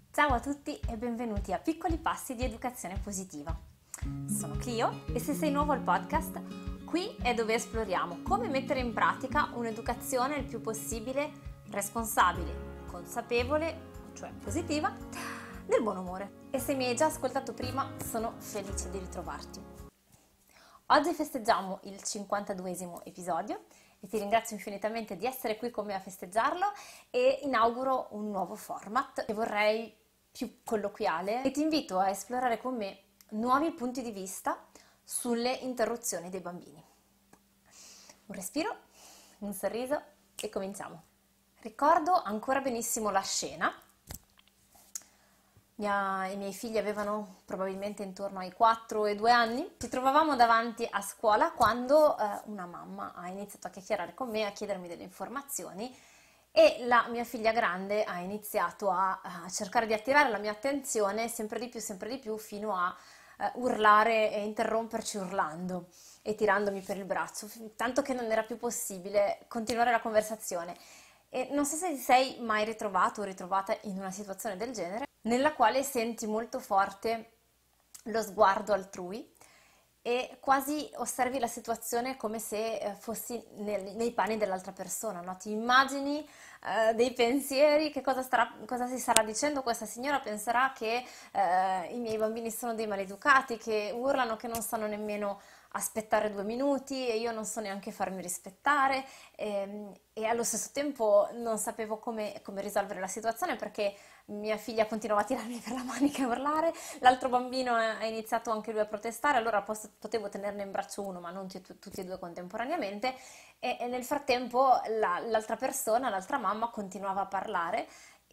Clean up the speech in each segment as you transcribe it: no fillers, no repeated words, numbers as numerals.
Ciao a tutti e benvenuti a Piccoli Passi di Educazione Positiva. Sono Clio e se sei nuovo al podcast, qui è dove esploriamo come mettere in pratica un'educazione il più possibile responsabile, consapevole, cioè positiva, del buon umore. E se mi hai già ascoltato prima, sono felice di ritrovarti. Oggi festeggiamo il 52esimo episodio e ti ringrazio infinitamente di essere qui con me a festeggiarlo e inauguro un nuovo format che vorrei più colloquiale e ti invito a esplorare con me nuovi punti di vista sulle interruzioni dei bambini. Un respiro, un sorriso e cominciamo. Ricordo ancora benissimo la scena. I miei figli avevano probabilmente intorno ai 4 e 2 anni. Ci trovavamo davanti a scuola quando una mamma ha iniziato a chiacchierare con me, a chiedermi delle informazioni e la mia figlia grande ha iniziato a cercare di attirare la mia attenzione sempre di più fino a urlare e interromperci urlando e tirandomi per il braccio, tanto che non era più possibile continuare la conversazione. E non so se ti sei mai ritrovato o ritrovata in una situazione del genere, nella quale senti molto forte lo sguardo altrui e quasi osservi la situazione come se fossi nei panni dell'altra persona, no? Ti immagini dei pensieri, cosa si sarà dicendo questa signora, penserà che i miei bambini sono dei maleducati, che urlano, che non sanno nemmeno aspettare 2 minuti e io non so neanche farmi rispettare e allo stesso tempo non sapevo come risolvere la situazione perché mia figlia continuava a tirarmi per la manica e urlare, l'altro bambino ha iniziato anche lui a protestare, allora potevo tenerne in braccio uno ma non tutti e due contemporaneamente e nel frattempo l'altra persona, l'altra mamma continuava a parlare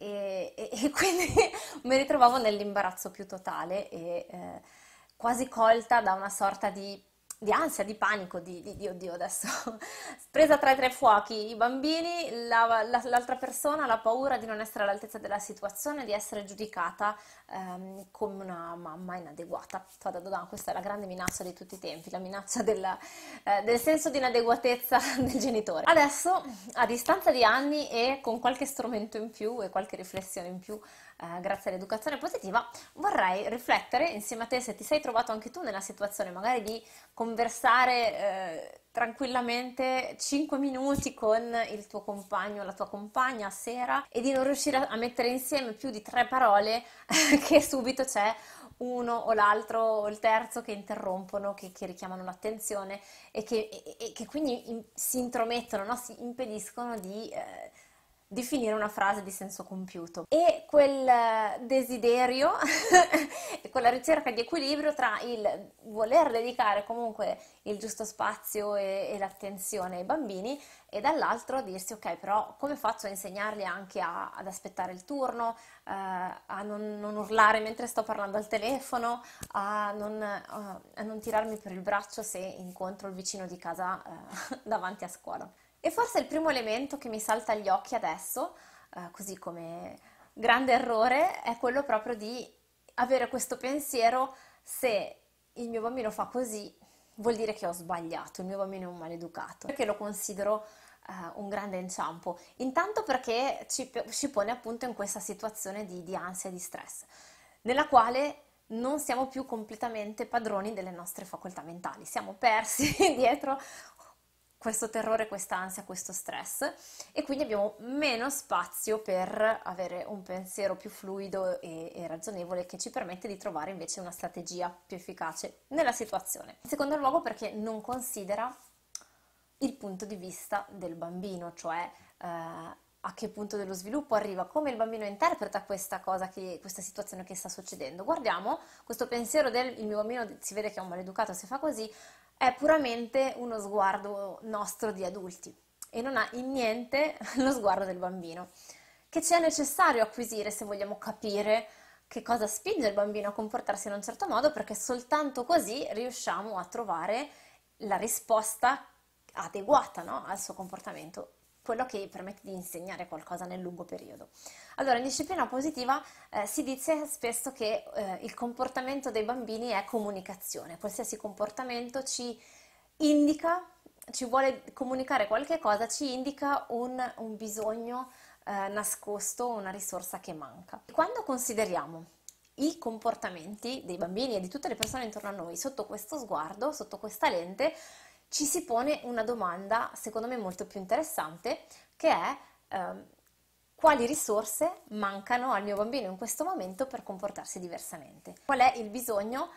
e quindi mi ritrovavo nell'imbarazzo più totale e quasi colta da una sorta di ansia, di panico, di oddio adesso, presa tra i tre fuochi, i bambini, l'altra persona, la paura di non essere all'altezza della situazione, di essere giudicata come una mamma inadeguata. Questa è la grande minaccia di tutti i tempi, la minaccia del senso di inadeguatezza del genitore. Adesso, a distanza di anni e con qualche strumento in più e qualche riflessione in più, grazie all'educazione positiva, vorrei riflettere insieme a te se ti sei trovato anche tu nella situazione magari di conversare tranquillamente 5 minuti con il tuo compagno o la tua compagna a sera e di non riuscire a mettere insieme più di 3 parole che subito c'è uno o l'altro o il terzo che interrompono, che richiamano l'attenzione e che quindi si intromettono, no? Si impediscono di finire una frase di senso compiuto. E quel desiderio e quella ricerca di equilibrio tra il voler dedicare comunque il giusto spazio e l'attenzione ai bambini e dall'altro dirsi ok, però come faccio a insegnarli anche ad aspettare il turno, a non urlare mentre sto parlando al telefono, a non tirarmi per il braccio se incontro il vicino di casa davanti a scuola. E forse il primo elemento che mi salta agli occhi adesso, così come grande errore, è quello proprio di avere questo pensiero: se il mio bambino fa così, vuol dire che ho sbagliato, il mio bambino è un maleducato, perché lo considero un grande inciampo. Intanto perché ci pone appunto in questa situazione di ansia e di stress, nella quale non siamo più completamente padroni delle nostre facoltà mentali, siamo persi dietro questo terrore, questa ansia, questo stress e quindi abbiamo meno spazio per avere un pensiero più fluido e ragionevole che ci permette di trovare invece una strategia più efficace nella situazione. In secondo luogo perché non considera il punto di vista del bambino, cioè a che punto dello sviluppo arriva, come il bambino interpreta questa situazione che sta succedendo. Guardiamo questo pensiero del il mio bambino si vede che è un maleducato se fa così, è puramente uno sguardo nostro di adulti e non ha in niente lo sguardo del bambino, che ci è necessario acquisire se vogliamo capire che cosa spinge il bambino a comportarsi in un certo modo, perché soltanto così riusciamo a trovare la risposta adeguata, no, al suo comportamento, quello che permette di insegnare qualcosa nel lungo periodo. Allora, in disciplina positiva si dice spesso che il comportamento dei bambini è comunicazione, qualsiasi comportamento ci indica, ci vuole comunicare qualche cosa, ci indica un bisogno nascosto, una risorsa che manca. Quando consideriamo i comportamenti dei bambini e di tutte le persone intorno a noi sotto questo sguardo, sotto questa lente, ci si pone una domanda, secondo me molto più interessante, che è quali risorse mancano al mio bambino in questo momento per comportarsi diversamente? Qual è il bisogno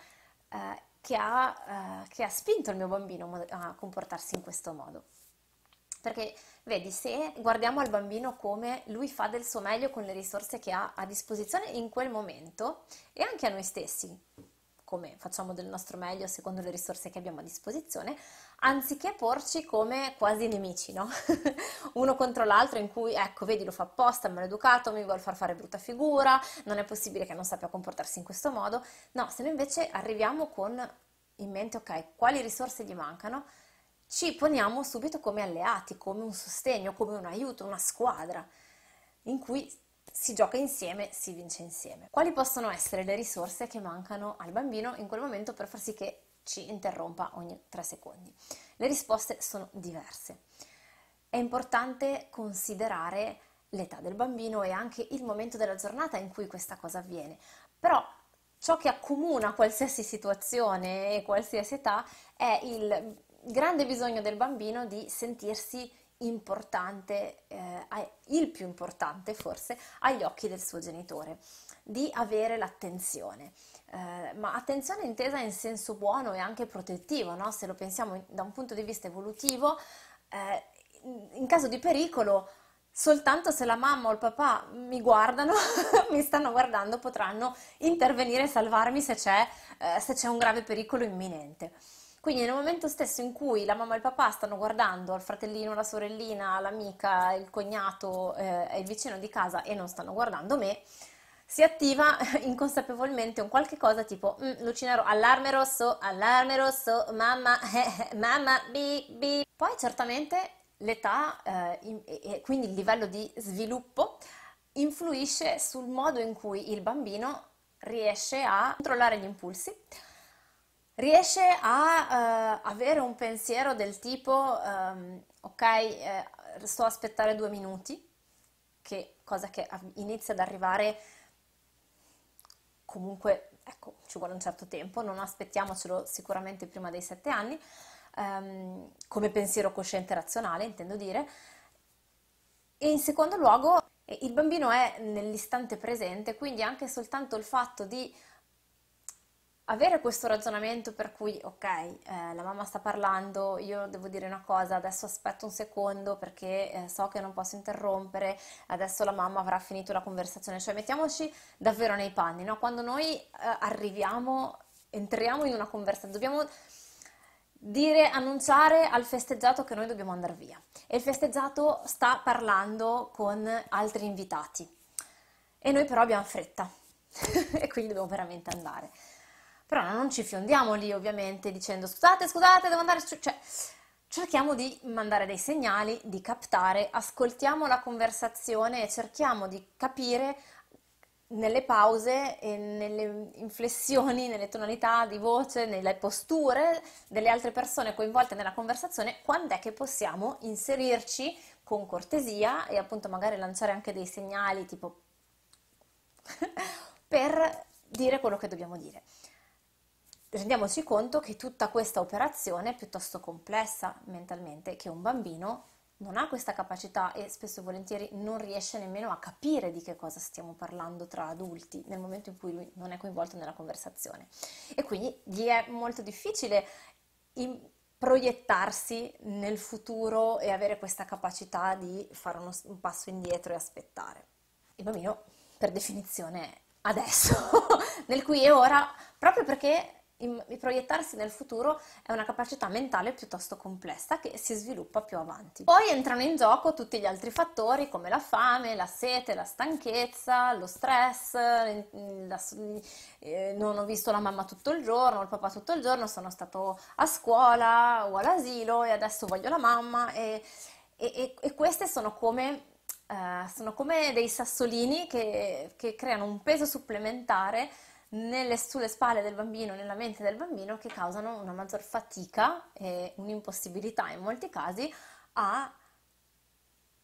che ha spinto il mio bambino a comportarsi in questo modo? Perché vedi, se guardiamo al bambino come lui fa del suo meglio con le risorse che ha a disposizione in quel momento, e anche a noi stessi, come facciamo del nostro meglio secondo le risorse che abbiamo a disposizione, anziché porci come quasi nemici, no? Uno contro l'altro, in cui, ecco, vedi, lo fa apposta, è maleducato, mi vuole far fare brutta figura, non è possibile che non sappia comportarsi in questo modo. No, se noi invece arriviamo con in mente, ok, quali risorse gli mancano, ci poniamo subito come alleati, come un sostegno, come un aiuto, una squadra in cui si gioca insieme, si vince insieme. Quali possono essere le risorse che mancano al bambino in quel momento per far sì che ci interrompa ogni 3 secondi? Le risposte sono diverse. È importante considerare l'età del bambino e anche il momento della giornata in cui questa cosa avviene, però ciò che accomuna qualsiasi situazione e qualsiasi età è il grande bisogno del bambino di sentirsi importante, il più importante forse, agli occhi del suo genitore, di avere l'attenzione, ma attenzione intesa in senso buono e anche protettivo, no? Se lo pensiamo da un punto di vista evolutivo, in caso di pericolo, soltanto se la mamma o il papà mi guardano, mi stanno guardando, potranno intervenire e salvarmi se c'è un grave pericolo imminente. Quindi nel momento stesso in cui la mamma e il papà stanno guardando il fratellino, la sorellina, l'amica, il cognato e il vicino di casa e non stanno guardando me, si attiva inconsapevolmente un qualche cosa tipo Lucinaro, allarme rosso, mamma, mamma, bi, bi. Poi certamente l'età e quindi il livello di sviluppo influisce sul modo in cui il bambino riesce a controllare gli impulsi, riesce a avere un pensiero del tipo, ok, sto a aspettare 2 minuti, cosa che inizia ad arrivare comunque, ecco, ci vuole un certo tempo, non aspettiamocelo sicuramente prima dei 7 anni, come pensiero cosciente e razionale, intendo dire. E in secondo luogo, il bambino è nell'istante presente, quindi anche soltanto il fatto di avere questo ragionamento per cui, ok, la mamma sta parlando, io devo dire una cosa, adesso aspetto un secondo perché so che non posso interrompere, adesso la mamma avrà finito la conversazione, cioè mettiamoci davvero nei panni, no? Quando noi entriamo in una conversazione, dobbiamo annunciare al festeggiato che noi dobbiamo andare via e il festeggiato sta parlando con altri invitati e noi però abbiamo fretta e quindi dobbiamo veramente andare. Però non ci fiondiamo lì ovviamente dicendo scusate, devo andare, cioè cerchiamo di mandare dei segnali, di captare, ascoltiamo la conversazione e cerchiamo di capire nelle pause e nelle inflessioni, nelle tonalità di voce, nelle posture delle altre persone coinvolte nella conversazione, quando è che possiamo inserirci con cortesia e appunto magari lanciare anche dei segnali tipo per dire quello che dobbiamo dire. Rendiamoci conto che tutta questa operazione è piuttosto complessa mentalmente, che un bambino non ha questa capacità e spesso e volentieri non riesce nemmeno a capire di che cosa stiamo parlando tra adulti nel momento in cui lui non è coinvolto nella conversazione. E quindi gli è molto difficile proiettarsi nel futuro e avere questa capacità di fare un passo indietro e aspettare. Il bambino, per definizione, è adesso, nel qui e ora, proprio perché proiettarsi nel futuro è una capacità mentale piuttosto complessa che si sviluppa più avanti. Poi entrano in gioco tutti gli altri fattori come la fame, la sete, la stanchezza, lo stress, non ho visto la mamma tutto il giorno, il papà tutto il giorno, sono stato a scuola o all'asilo e adesso voglio la mamma e queste sono come dei sassolini che creano un peso supplementare sulle spalle del bambino, nella mente del bambino, che causano una maggior fatica e un'impossibilità in molti casi a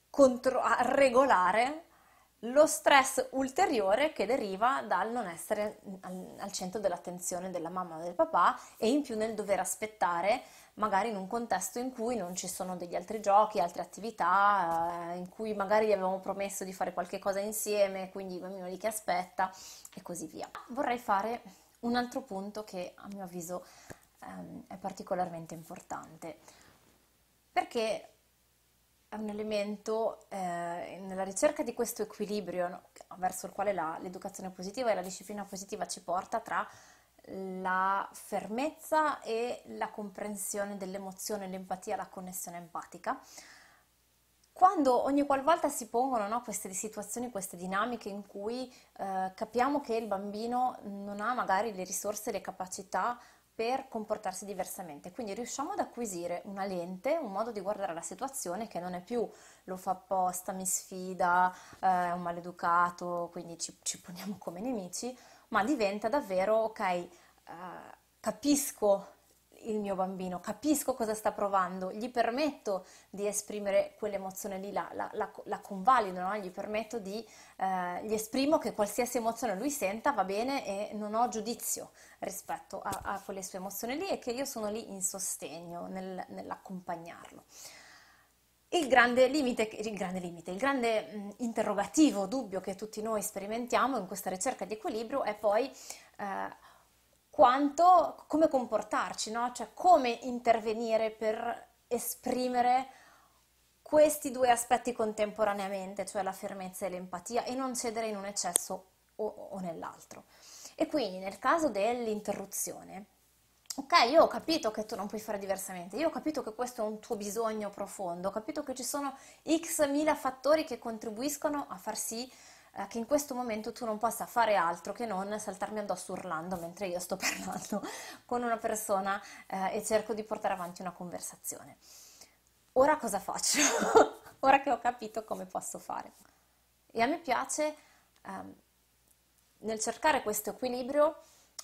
a regolare lo stress ulteriore che deriva dal non essere al centro dell'attenzione della mamma o del papà e in più nel dover aspettare magari in un contesto in cui non ci sono degli altri giochi, altre attività, in cui magari gli avevamo promesso di fare qualche cosa insieme, quindi il bambino lì che aspetta e così via. Vorrei fare un altro punto che a mio avviso è particolarmente importante, perché è un elemento nella ricerca di questo equilibrio, no, verso il quale l'educazione positiva e la disciplina positiva ci porta tra la fermezza e la comprensione dell'emozione, l'empatia, la connessione empatica. Quando ogni qualvolta si pongono, no, queste situazioni, queste dinamiche in cui capiamo che il bambino non ha magari le risorse, le capacità per comportarsi diversamente, quindi riusciamo ad acquisire una lente, un modo di guardare la situazione che non è più lo fa apposta, mi sfida, è un maleducato, quindi ci poniamo come nemici, ma diventa davvero, ok, capisco il mio bambino, capisco cosa sta provando, gli permetto di esprimere quell'emozione lì, la convalido, no? Gli esprimo che qualsiasi emozione lui senta va bene e non ho giudizio rispetto a quelle sue emozioni lì e che io sono lì in sostegno nell'accompagnarlo. Il grande limite, il grande interrogativo, dubbio che tutti noi sperimentiamo in questa ricerca di equilibrio è poi come comportarci, no? Cioè come intervenire per esprimere questi due aspetti contemporaneamente, cioè la fermezza e l'empatia, e non cedere in un eccesso o nell'altro. E quindi nel caso dell'interruzione, ok, io ho capito che tu non puoi fare diversamente, io ho capito che questo è un tuo bisogno profondo, ho capito che ci sono x mila fattori che contribuiscono a far sì che in questo momento tu non possa fare altro che non saltarmi addosso urlando mentre io sto parlando con una persona e cerco di portare avanti una conversazione. Ora cosa faccio? Ora che ho capito come posso fare. E a me piace nel cercare questo equilibrio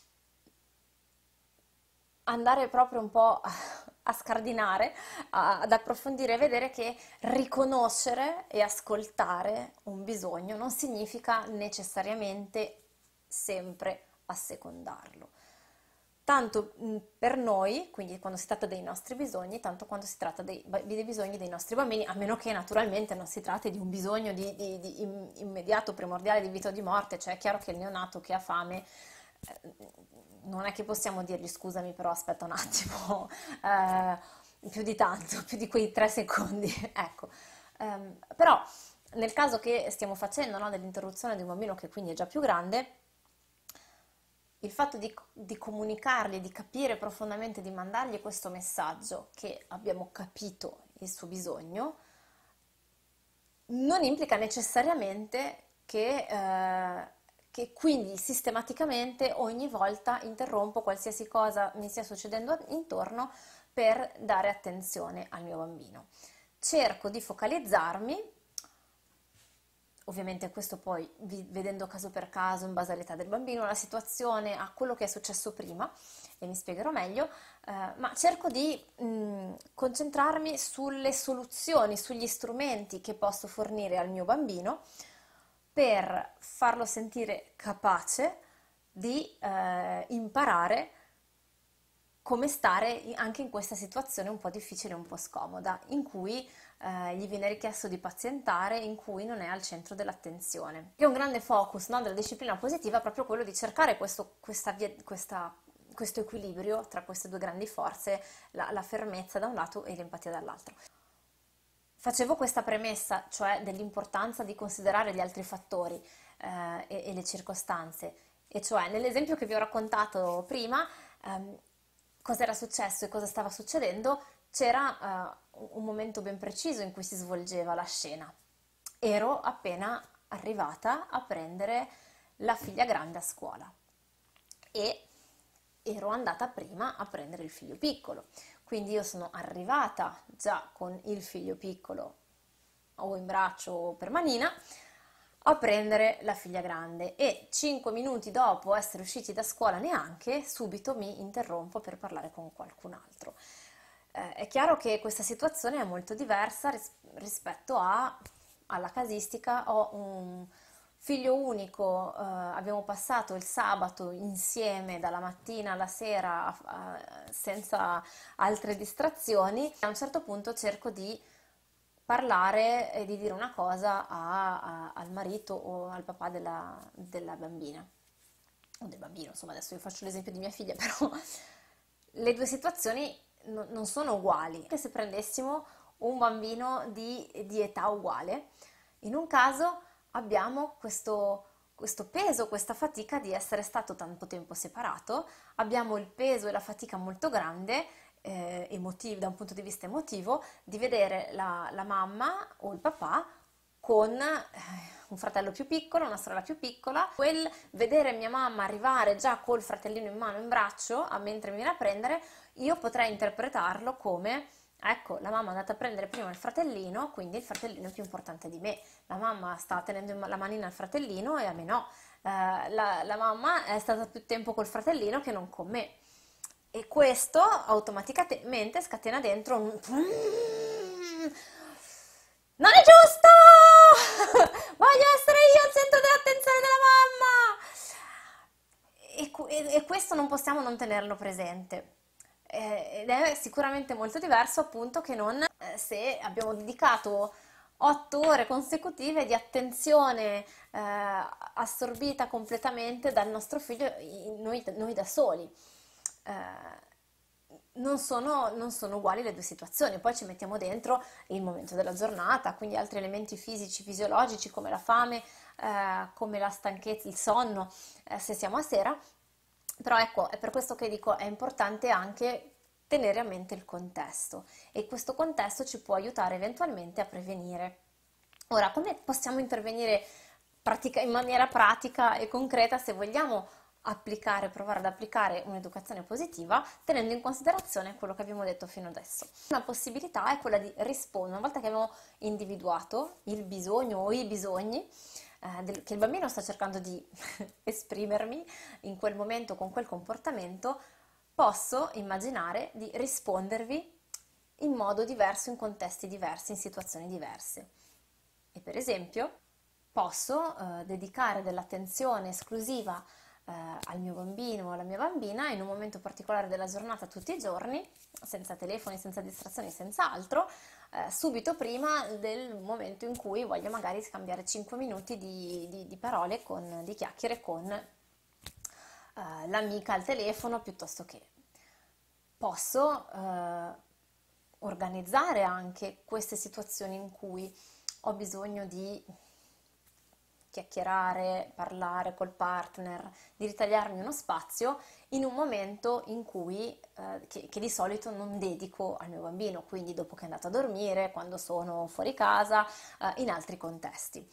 andare proprio un po' a scardinare, ad approfondire e vedere che riconoscere e ascoltare un bisogno non significa necessariamente sempre assecondarlo. Tanto per noi, quindi quando si tratta dei nostri bisogni, tanto quando si tratta dei bisogni dei nostri bambini, a meno che naturalmente non si tratti di un bisogno di immediato, primordiale di vita o di morte, cioè è chiaro che il neonato che ha fame non è che possiamo dirgli scusami però aspetta un attimo, più di tanto, più di quei 3 secondi, ecco. Però nel caso che stiamo facendo, no, dell'interruzione di un bambino che quindi è già più grande, il fatto di comunicargli, di capire profondamente, di mandargli questo messaggio che abbiamo capito il suo bisogno, non implica necessariamente che quindi sistematicamente ogni volta interrompo qualsiasi cosa mi stia succedendo intorno per dare attenzione al mio bambino. Cerco di focalizzarmi, ovviamente questo poi vedendo caso per caso, in base all'età del bambino, alla situazione, a quello che è successo prima, e mi spiegherò meglio, ma cerco di concentrarmi sulle soluzioni, sugli strumenti che posso fornire al mio bambino per farlo sentire capace di imparare come stare anche in questa situazione un po' difficile, un po' scomoda, in cui gli viene richiesto di pazientare, in cui non è al centro dell'attenzione. È un grande focus, no, della disciplina positiva proprio quello di cercare questo equilibrio tra queste due grandi forze, la fermezza da un lato e l'empatia dall'altro. Facevo questa premessa, cioè dell'importanza di considerare gli altri fattori e le circostanze, e cioè nell'esempio che vi ho raccontato prima, cosa era successo e cosa stava succedendo, c'era un momento ben preciso in cui si svolgeva la scena. Ero appena arrivata a prendere la figlia grande a scuola e ero andata prima a prendere il figlio piccolo. Quindi io sono arrivata già con il figlio piccolo o in braccio o per manina a prendere la figlia grande e 5 minuti dopo essere usciti da scuola neanche, subito mi interrompo per parlare con qualcun altro. È chiaro che questa situazione è molto diversa rispetto a alla casistica, ho un figlio unico, abbiamo passato il sabato insieme dalla mattina alla sera senza altre distrazioni. A un certo punto cerco di parlare e di dire una cosa al marito o al papà della bambina o del bambino, insomma adesso io faccio l'esempio di mia figlia, però le due situazioni non sono uguali. Anche se prendessimo un bambino di età uguale, in un caso abbiamo questo peso, questa fatica di essere stato tanto tempo separato, abbiamo il peso e la fatica molto grande, da un punto di vista emotivo, di vedere la mamma o il papà con un fratello più piccolo, una sorella più piccola, vedere mia mamma arrivare già col fratellino in mano, in braccio, mentre mi viene a prendere, io potrei interpretarlo come, ecco, la mamma è andata a prendere prima il fratellino, quindi il fratellino è più importante di me. La mamma sta tenendo la manina al fratellino e a me no. La mamma è stata più tempo col fratellino che non con me. E questo automaticamente scatena dentro un... Non è giusto! Voglio essere io al centro dell'attenzione della mamma! E questo non possiamo non tenerlo presente. Ed è sicuramente molto diverso appunto che non se abbiamo dedicato 8 ore consecutive di attenzione assorbita completamente dal nostro figlio, noi da soli. Non sono uguali le due situazioni, poi ci mettiamo dentro il momento della giornata, quindi altri elementi fisici, fisiologici come la fame, come la stanchezza, il sonno, se siamo a sera, però ecco, è per questo che dico, è importante anche tenere a mente il contesto e questo contesto ci può aiutare eventualmente a prevenire. Ora, come possiamo intervenire in maniera pratica e concreta se vogliamo provare ad applicare un'educazione positiva tenendo in considerazione quello che abbiamo detto fino adesso? Una possibilità è quella di rispondere, una volta che abbiamo individuato il bisogno o i bisogni che il bambino sta cercando di esprimermi in quel momento con quel comportamento, posso immaginare di rispondervi in modo diverso, in contesti diversi, in situazioni diverse. E per esempio posso dedicare dell'attenzione esclusiva al mio bambino o alla mia bambina in un momento particolare della giornata tutti i giorni, senza telefoni, senza distrazioni, senza altro, subito prima del momento in cui voglio magari scambiare 5 minuti di parole, di chiacchiere con l'amica al telefono, piuttosto che posso organizzare anche queste situazioni in cui ho bisogno di chiacchierare, parlare col partner, di ritagliarmi uno spazio in un momento in cui, che di solito non dedico al mio bambino, quindi dopo che è andato a dormire, quando sono fuori casa, in altri contesti.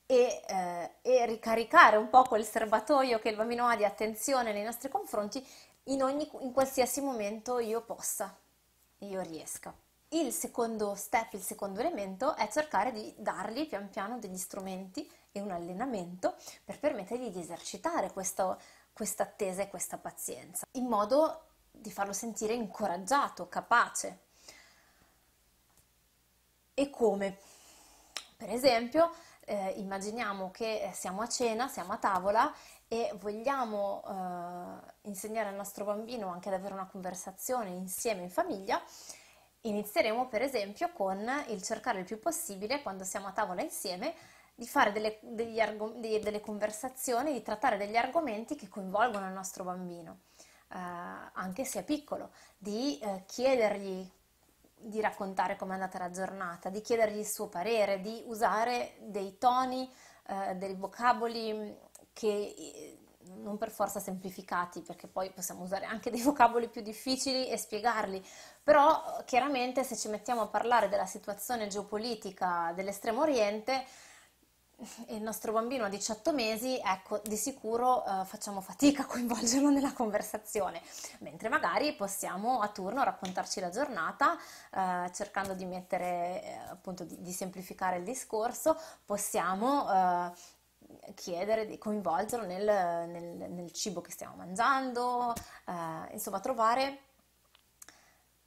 E ricaricare un po' quel serbatoio che il bambino ha di attenzione nei nostri confronti in qualsiasi momento io riesca. Il secondo step, il secondo elemento è cercare di dargli pian piano degli strumenti e un allenamento per permettergli di esercitare questa attesa e questa pazienza, in modo di farlo sentire incoraggiato, capace. E come? Per esempio, immaginiamo che siamo a cena, siamo a tavola e vogliamo insegnare al nostro bambino anche ad avere una conversazione insieme in famiglia. Inizieremo per esempio con il cercare il più possibile, quando siamo a tavola insieme, di fare delle conversazioni, di trattare degli argomenti che coinvolgono il nostro bambino, anche se è piccolo, di chiedergli di raccontare com'è andata la giornata, di chiedergli il suo parere, di usare dei toni, dei vocaboli che non per forza semplificati, perché poi possiamo usare anche dei vocaboli più difficili e spiegarli, però chiaramente se ci mettiamo a parlare della situazione geopolitica dell'Estremo Oriente e il nostro bambino ha 18 mesi, ecco, di sicuro facciamo fatica a coinvolgerlo nella conversazione, mentre magari possiamo a turno raccontarci la giornata, cercando di mettere, appunto, di semplificare il discorso, possiamo chiedere di coinvolgerlo nel cibo che stiamo mangiando, insomma trovare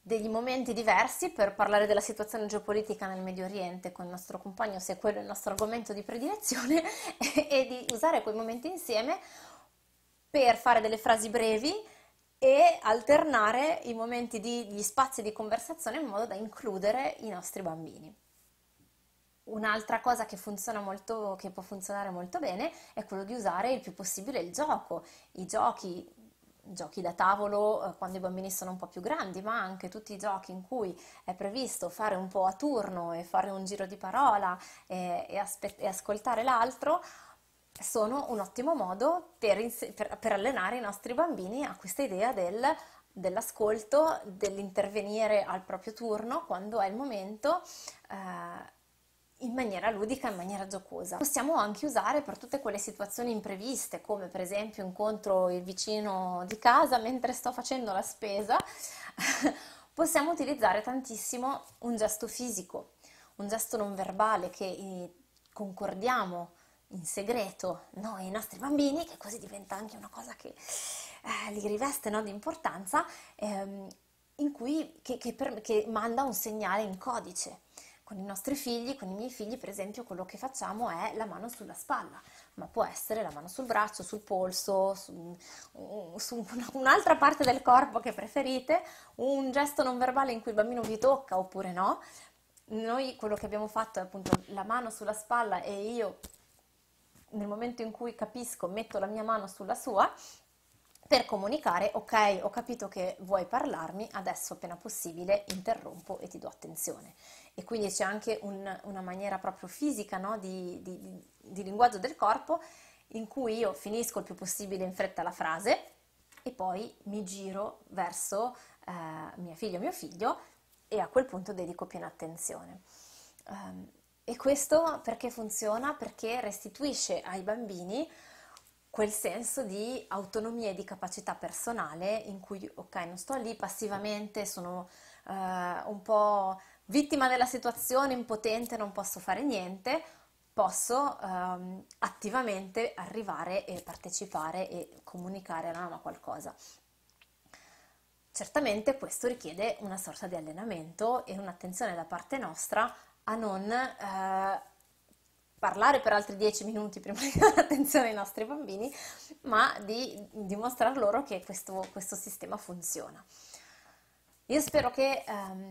degli momenti diversi per parlare della situazione geopolitica nel Medio Oriente con il nostro compagno, se quello è il nostro argomento di predilezione, e di usare quei momenti insieme per fare delle frasi brevi e alternare i momenti gli spazi di conversazione in modo da includere i nostri bambini. Un'altra cosa che funziona molto, che può funzionare molto bene, è quello di usare il più possibile il gioco, i giochi da tavolo quando i bambini sono un po' più grandi, ma anche tutti i giochi in cui è previsto fare un po' a turno e fare un giro di parola e ascoltare l'altro, sono un ottimo modo per allenare i nostri bambini a questa idea dell'ascolto, dell'intervenire al proprio turno quando è il momento, in maniera ludica, in maniera giocosa. Possiamo anche usare per tutte quelle situazioni impreviste, come per esempio incontro il vicino di casa mentre sto facendo la spesa. Possiamo utilizzare tantissimo un gesto fisico, un gesto non verbale che concordiamo in segreto noi e i nostri bambini, che così diventa anche una cosa che li riveste, no, di importanza, che manda un segnale in codice. Con i nostri figli, con i miei figli, per esempio, quello che facciamo è la mano sulla spalla, ma può essere la mano sul braccio, sul polso, su un'altra parte del corpo che preferite, un gesto non verbale in cui il bambino vi tocca oppure no. Noi quello che abbiamo fatto è appunto la mano sulla spalla e io, nel momento in cui capisco, metto la mia mano sulla sua per comunicare: ok, ho capito che vuoi parlarmi, adesso appena possibile interrompo e ti do attenzione. E quindi c'è anche una maniera proprio fisica, no, di linguaggio del corpo, in cui io finisco il più possibile in fretta la frase e poi mi giro verso mia figlia o mio figlio e a quel punto dedico piena attenzione. E questo perché funziona? Perché restituisce ai bambini quel senso di autonomia e di capacità personale in cui, ok, non sto lì passivamente, sono un po' vittima della situazione, impotente, non posso fare niente, posso attivamente arrivare e partecipare e comunicare alla mamma qualcosa. Certamente questo richiede una sorta di allenamento e un'attenzione da parte nostra a non parlare per altri 10 minuti prima di dare attenzione ai nostri bambini, ma di dimostrare loro che questo sistema funziona. Io spero che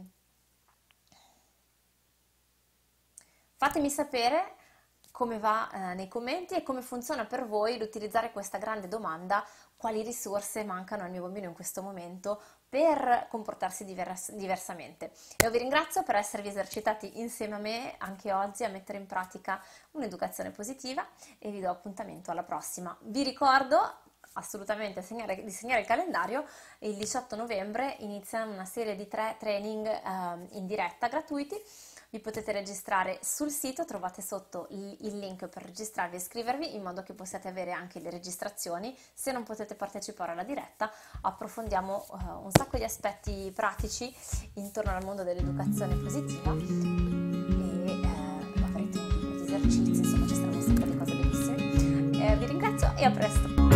fatemi sapere come va nei commenti e come funziona per voi l'utilizzare questa grande domanda: quali risorse mancano al mio bambino in questo momento per comportarsi diversamente. Io vi ringrazio per esservi esercitati insieme a me anche oggi a mettere in pratica un'educazione positiva e vi do appuntamento alla prossima. Vi ricordo assolutamente di segnare il calendario: il 18 novembre inizia una serie di 3 training in diretta gratuiti. Vi potete registrare sul sito, trovate sotto il link per registrarvi e iscrivervi, in modo che possiate avere anche le registrazioni. Se non potete partecipare alla diretta, approfondiamo un sacco di aspetti pratici intorno al mondo dell'educazione positiva e avrete un libro di esercizi, insomma ci saranno un sacco di cose bellissime. Vi ringrazio e a presto!